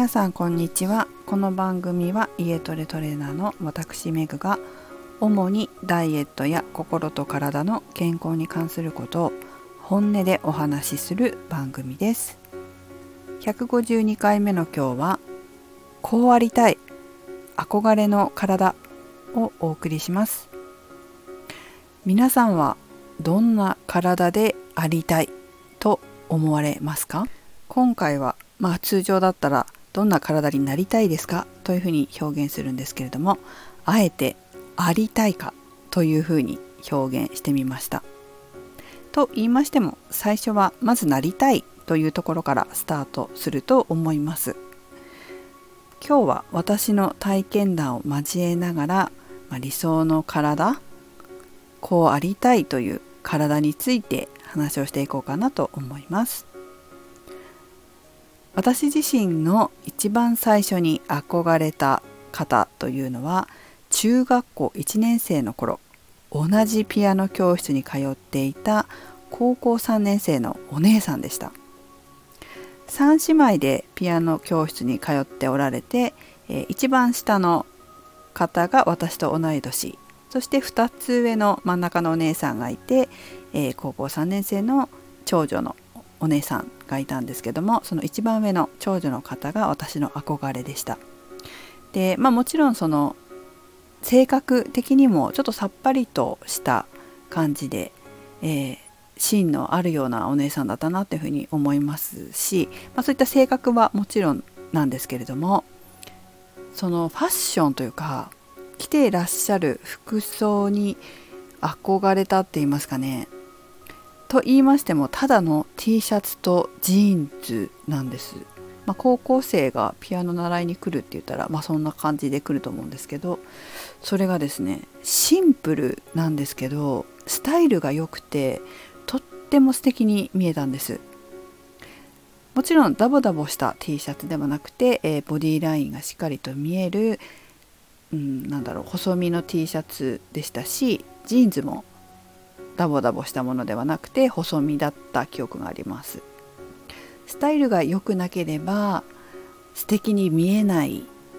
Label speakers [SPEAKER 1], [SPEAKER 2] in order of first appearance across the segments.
[SPEAKER 1] 皆さんこんにちは。この番組は家トレトレーナーの私メグが主にダイエットや心と体の健康に関することを本音でお話しする番組です。152回目の今日はこうありたい憧れの体をお送りします。皆さんはどんな体でありたいと思われますか？今回は通常だったらどんな体になりたいですかというふうに表現するんですけれども、あえてありたいかというふうに表現してみました。と言いましても、最初はまずなりたいというところからスタートすると思います。今日は私の体験談を交えながら、理想の体、こうありたいという体について話をしていこうかなと思います。私自身の一番最初に憧れた方というのは、中学校1年生の頃、同じピアノ教室に通っていた高校3年生のお姉さんでした。3姉妹でピアノ教室に通っておられて、一番下の方が私と同い年、そして2つ上の真ん中のお姉さんがいて、高校3年生の長女のお姉さんがいたんですけども、その一番上の長女の方が私の憧れでした。で、もちろんその性格的にもちょっとさっぱりとした感じで、芯のあるようなお姉さんだったなというふうに思いますし、そういった性格はもちろんなんですけれども、そのファッションというか着ていらっしゃる服装に憧れたって言いますかね。と言いましても、ただの T シャツとジーンズなんです。高校生がピアノ習いに来るって言ったら、そんな感じで来ると思うんですけど、それがですね、シンプルなんですけどスタイルが良くてとっても素敵に見えたんです。もちろんダボダボした T シャツではなくて、ボディラインがしっかりと見える、細身の T シャツでしたし、ジーンズもダボダボしたものではなくて細身だった記憶があります。スタイルが良くなければ素敵に見えない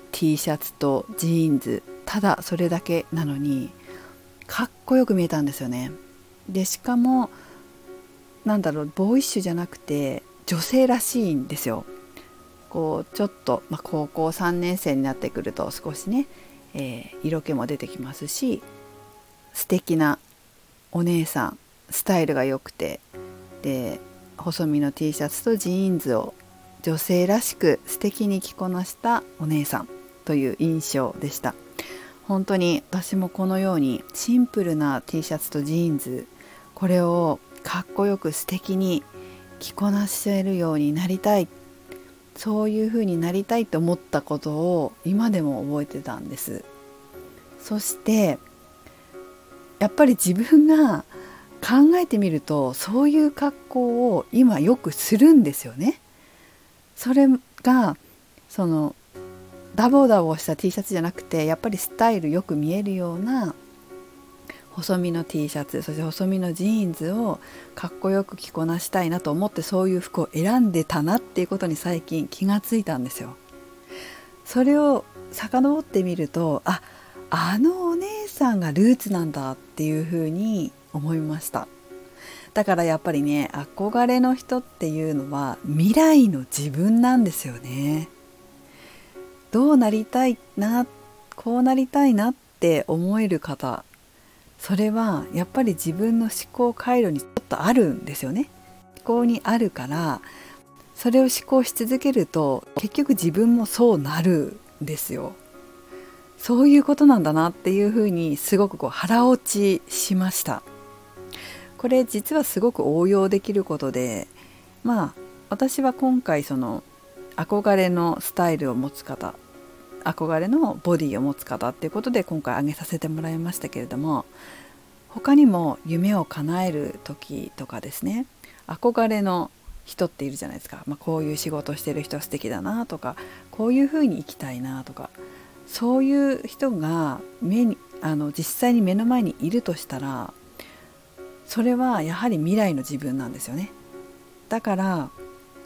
[SPEAKER 1] T シャツとジーンズ、ただそれだけなのにかっこよく見えたんですよね。でしかもボーイッシュじゃなくて女性らしいんですよ。こうちょっと、高校3年生になってくると少しね、色気も出てきますし、素敵なお姉さん、スタイルが良くて、で細身の T シャツとジーンズを女性らしく素敵に着こなしたお姉さんという印象でした。本当に私もこのようにシンプルな T シャツとジーンズ、これをかっこよく素敵に着こなせるようになりたい、そういう風になりたいと思ったことを今でも覚えてたんです。そしてやっぱり自分が考えてみると、そういう格好を今よくするんですよね。それがそのダボダボした T シャツじゃなくて、やっぱりスタイルよく見えるような細身の T シャツ、そして細身のジーンズをかっこよく着こなしたいなと思って、そういう服を選んでたなっていうことに最近気がついたんですよ。それを遡ってみると、あのお姉さんがルーツなんだっていうふうに思いました。だからやっぱりね、憧れの人っていうのは未来の自分なんですよね。どうなりたいな、こうなりたいなって思える方、それはやっぱり自分の思考回路にちょっとあるんですよね。思考にあるから、それを思考し続けると結局自分もそうなるんですよ。そういうことなんだなっていうふうにすごく腹落ちしました。これ実はすごく応用できることで、私は今回その憧れのスタイルを持つ方、憧れのボディを持つ方っていうことで今回挙げさせてもらいましたけれども、他にも夢を叶える時とかですね、憧れの人っているじゃないですか。こういう仕事してる人素敵だなとか、こういうふうに生きたいなとか、そういう人が実際に目の前にいるとしたら、それはやはり未来の自分なんですよね。だから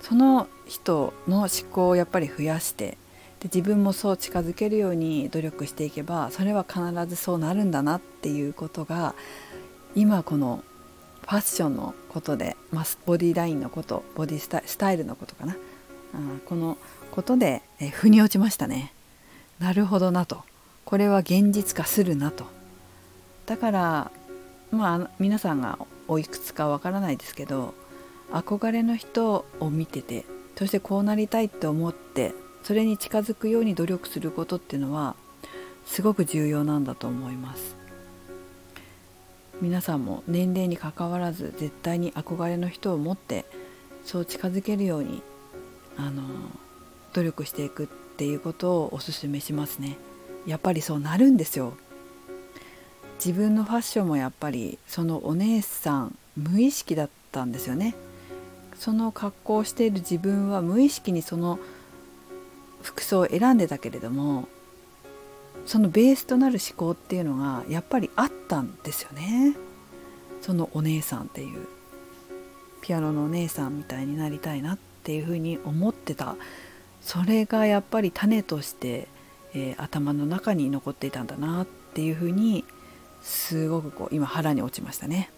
[SPEAKER 1] その人の思考をやっぱり増やして、で自分もそう近づけるように努力していけば、それは必ずそうなるんだなっていうことが、今このファッションのことで、ボディラインのこと、ボディスタイルのことかな、このことで腑に落ちましたね。なるほどなと、これは現実化するなと。だから皆さんがおいくつかわからないですけど、憧れの人を見てて、そしてこうなりたいって思ってそれに近づくように努力することっていうのはすごく重要なんだと思います。皆さんも年齢にかかわらず絶対に憧れの人を持ってそう近づけるように努力していくっていうことをお勧めしますね。やっぱりそうなるんですよ。自分のファッションもやっぱりそのお姉さん無意識だったんですよね。その格好をしている自分は無意識にその服装を選んでたけれども、そのベースとなる思考っていうのがやっぱりあったんですよね。そのお姉さんっていうピアノのお姉さんみたいになりたいなっていうふうに思ってた。それがやっぱり種として、頭の中に残っていたんだなっていうふうにすごく今腹に落ちましたね。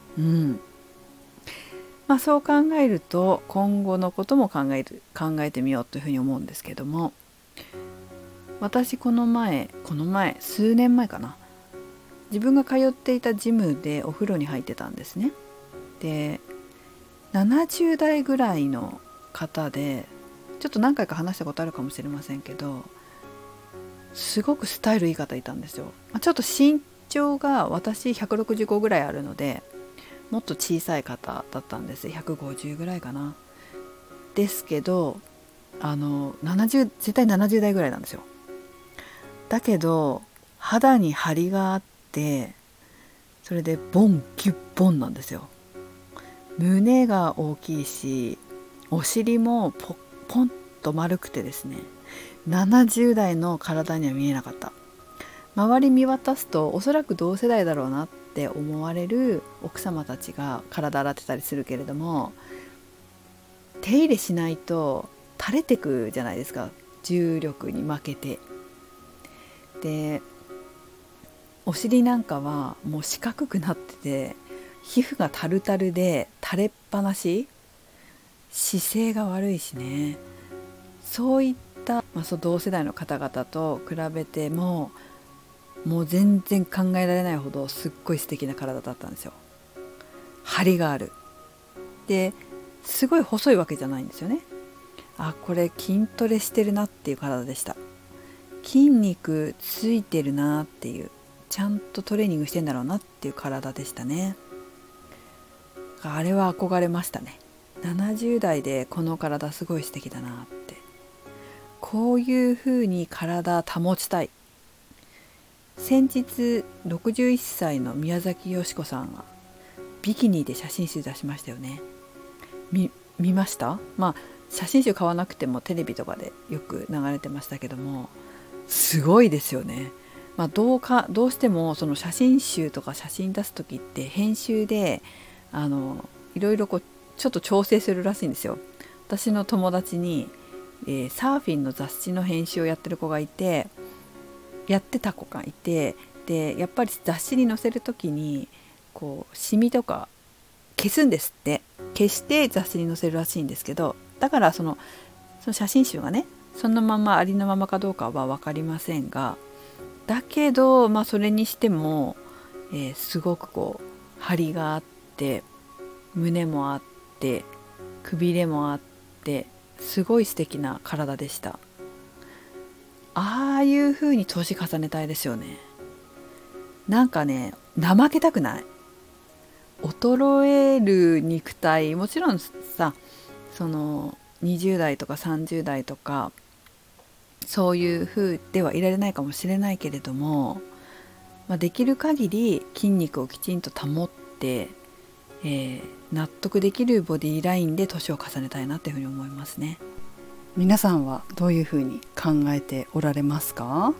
[SPEAKER 1] そう考えると今後のことも考えてみようというふうに思うんですけども、私この前数年前かな、自分が通っていたジムでお風呂に入ってたんですね。で70代ぐらいの方で、ちょっと何回か話したことあるかもしれませんけど、すごくスタイルいい方いたんですよ。ちょっと身長が私165ぐらいあるので、もっと小さい方だったんです。150ぐらいかな。ですけど絶対70代ぐらいなんですよ。だけど肌に張りがあって、それでボンキュッボンなんですよ。胸が大きいし、お尻もポンと丸くてですね、70代の体には見えなかった。周り見渡すとおそらく同世代だろうなって思われる奥様たちが体洗ってたりするけれども、手入れしないと垂れてくじゃないですか、重力に負けて。でお尻なんかはもう四角くなってて、皮膚がタルタルで垂れっぱなし、姿勢が悪いしね。そういった、同世代の方々と比べてももう全然考えられないほどすっごい素敵な体だったんですよ。張りがある。ですごい細いわけじゃないんですよね。これ筋トレしてるなっていう体でした。筋肉ついてるなっていう、ちゃんとトレーニングしてんだろうなっていう体でしたね。あれは憧れましたね。70代でこの体すごい素敵だなって、こういう風に体保ちたい。先日61歳の宮崎美子さんがビキニで写真集出しましたよね。見ました？写真集買わなくてもテレビとかでよく流れてましたけども、すごいですよね。どうしてもその写真集とか写真出す時って編集でいろいろちょっと調整するらしいんですよ。私の友達に、サーフィンの雑誌の編集をやってた子がいて、でやっぱり雑誌に載せる時にシミとか消すんですって。消して雑誌に載せるらしいんですけど、だからその写真集がね、そのままありのままかどうかは分かりませんが、だけどそれにしても、すごく張りがあって、胸もあってくびれもあって、すごい素敵な体でした。ああいう風に年重ねたいですよね。なんかね、怠けたくない。衰える肉体、もちろんさ、その20代とか30代とかそういう風ではいられないかもしれないけれども、できる限り筋肉をきちんと保って、納得できるボディラインで年を重ねたいなっていうふうに思いますね。皆さんはどういうふうに考えておられますか？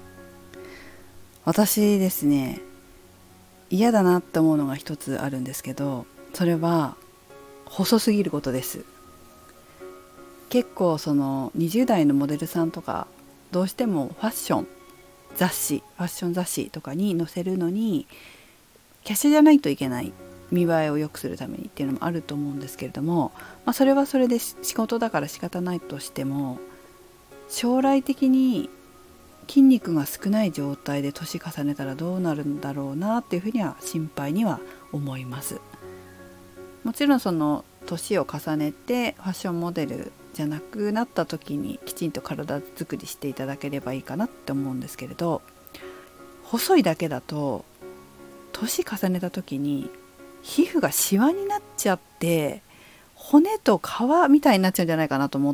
[SPEAKER 1] 私ですね、嫌だなって思うのが一つあるんですけど、それは細すぎることです。 結構その20代のモデルさんとかどうしてもファッション雑誌とかに載せるのに華奢じゃないといけない、見栄えを良くするためにっていうのもあると思うんですけれども、それはそれで仕事だから仕方ないとしても、将来的に筋肉が少ない状態で年重ねたらどうなるんだろうなっていうふうには心配には思います。もちろんその年を重ねてファッションモデルじゃなくなった時にきちんと体作りしていただければいいかなって思うんですけれど、細いだけだと年重ねた時に皮膚がシワになっちゃって骨と皮みたいになっちゃうんじゃないかなと思って、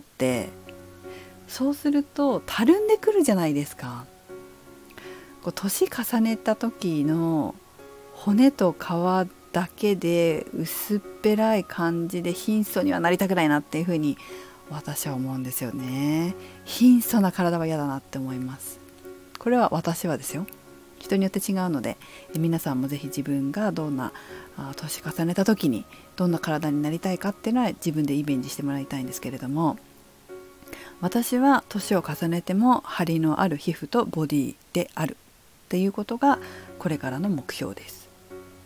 [SPEAKER 1] そうするとたるんでくるじゃないですか。こう年重ねた時の骨と皮だけで薄っぺらい感じで貧相にはなりたくないなっていうふうに私は思うんですよね。貧相な体は嫌だなって思います。これは私はですよ。人によって違うので、皆さんもぜひ自分がどんな年重ねた時にどんな体になりたいかっていうのは自分でイメージしてもらいたいんですけれども、私は年を重ねても張りのある皮膚とボディであるっていうことがこれからの目標です。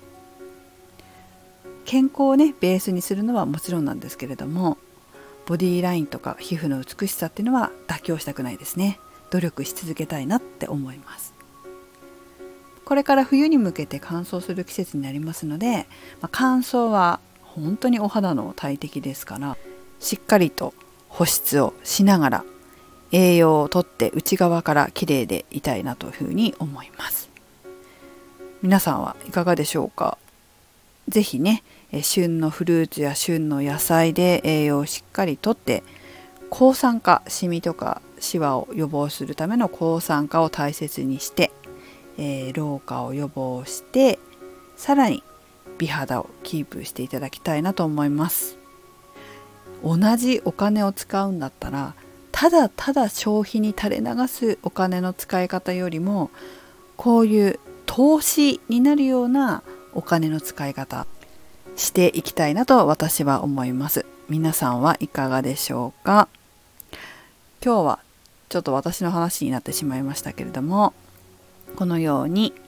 [SPEAKER 1] 健康をねベースにするのはもちろんなんですけれども、ボディラインとか皮膚の美しさっていうのは妥協したくないですね。努力し続けたいなって思います。これから冬に向けて乾燥する季節になりますので、乾燥は本当にお肌の大敵ですから、しっかりと保湿をしながら栄養をとって内側からきれいでいたいなというふうに思います。皆さんはいかがでしょうか。ぜひね、旬のフルーツや旬の野菜で栄養をしっかりとって、抗酸化、シミとかシワを予防するための抗酸化を大切にして、老化を予防して、さらに美肌をキープしていただきたいなと思います。同じお金を使うんだったら、ただただ消費に垂れ流すお金の使い方よりも、こういう投資になるようなお金の使い方していきたいなと私は思います。皆さんはいかがでしょうか。今日はちょっと私の話になってしまいましたけれども、このように、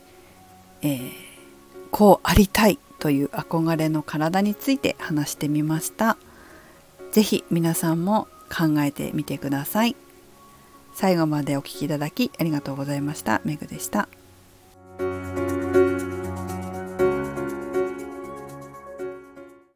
[SPEAKER 1] こうありたいという憧れの体について話してみました。ぜひ皆さんも考えてみてください。最後までお聞きいただきありがとうございました。めぐでした。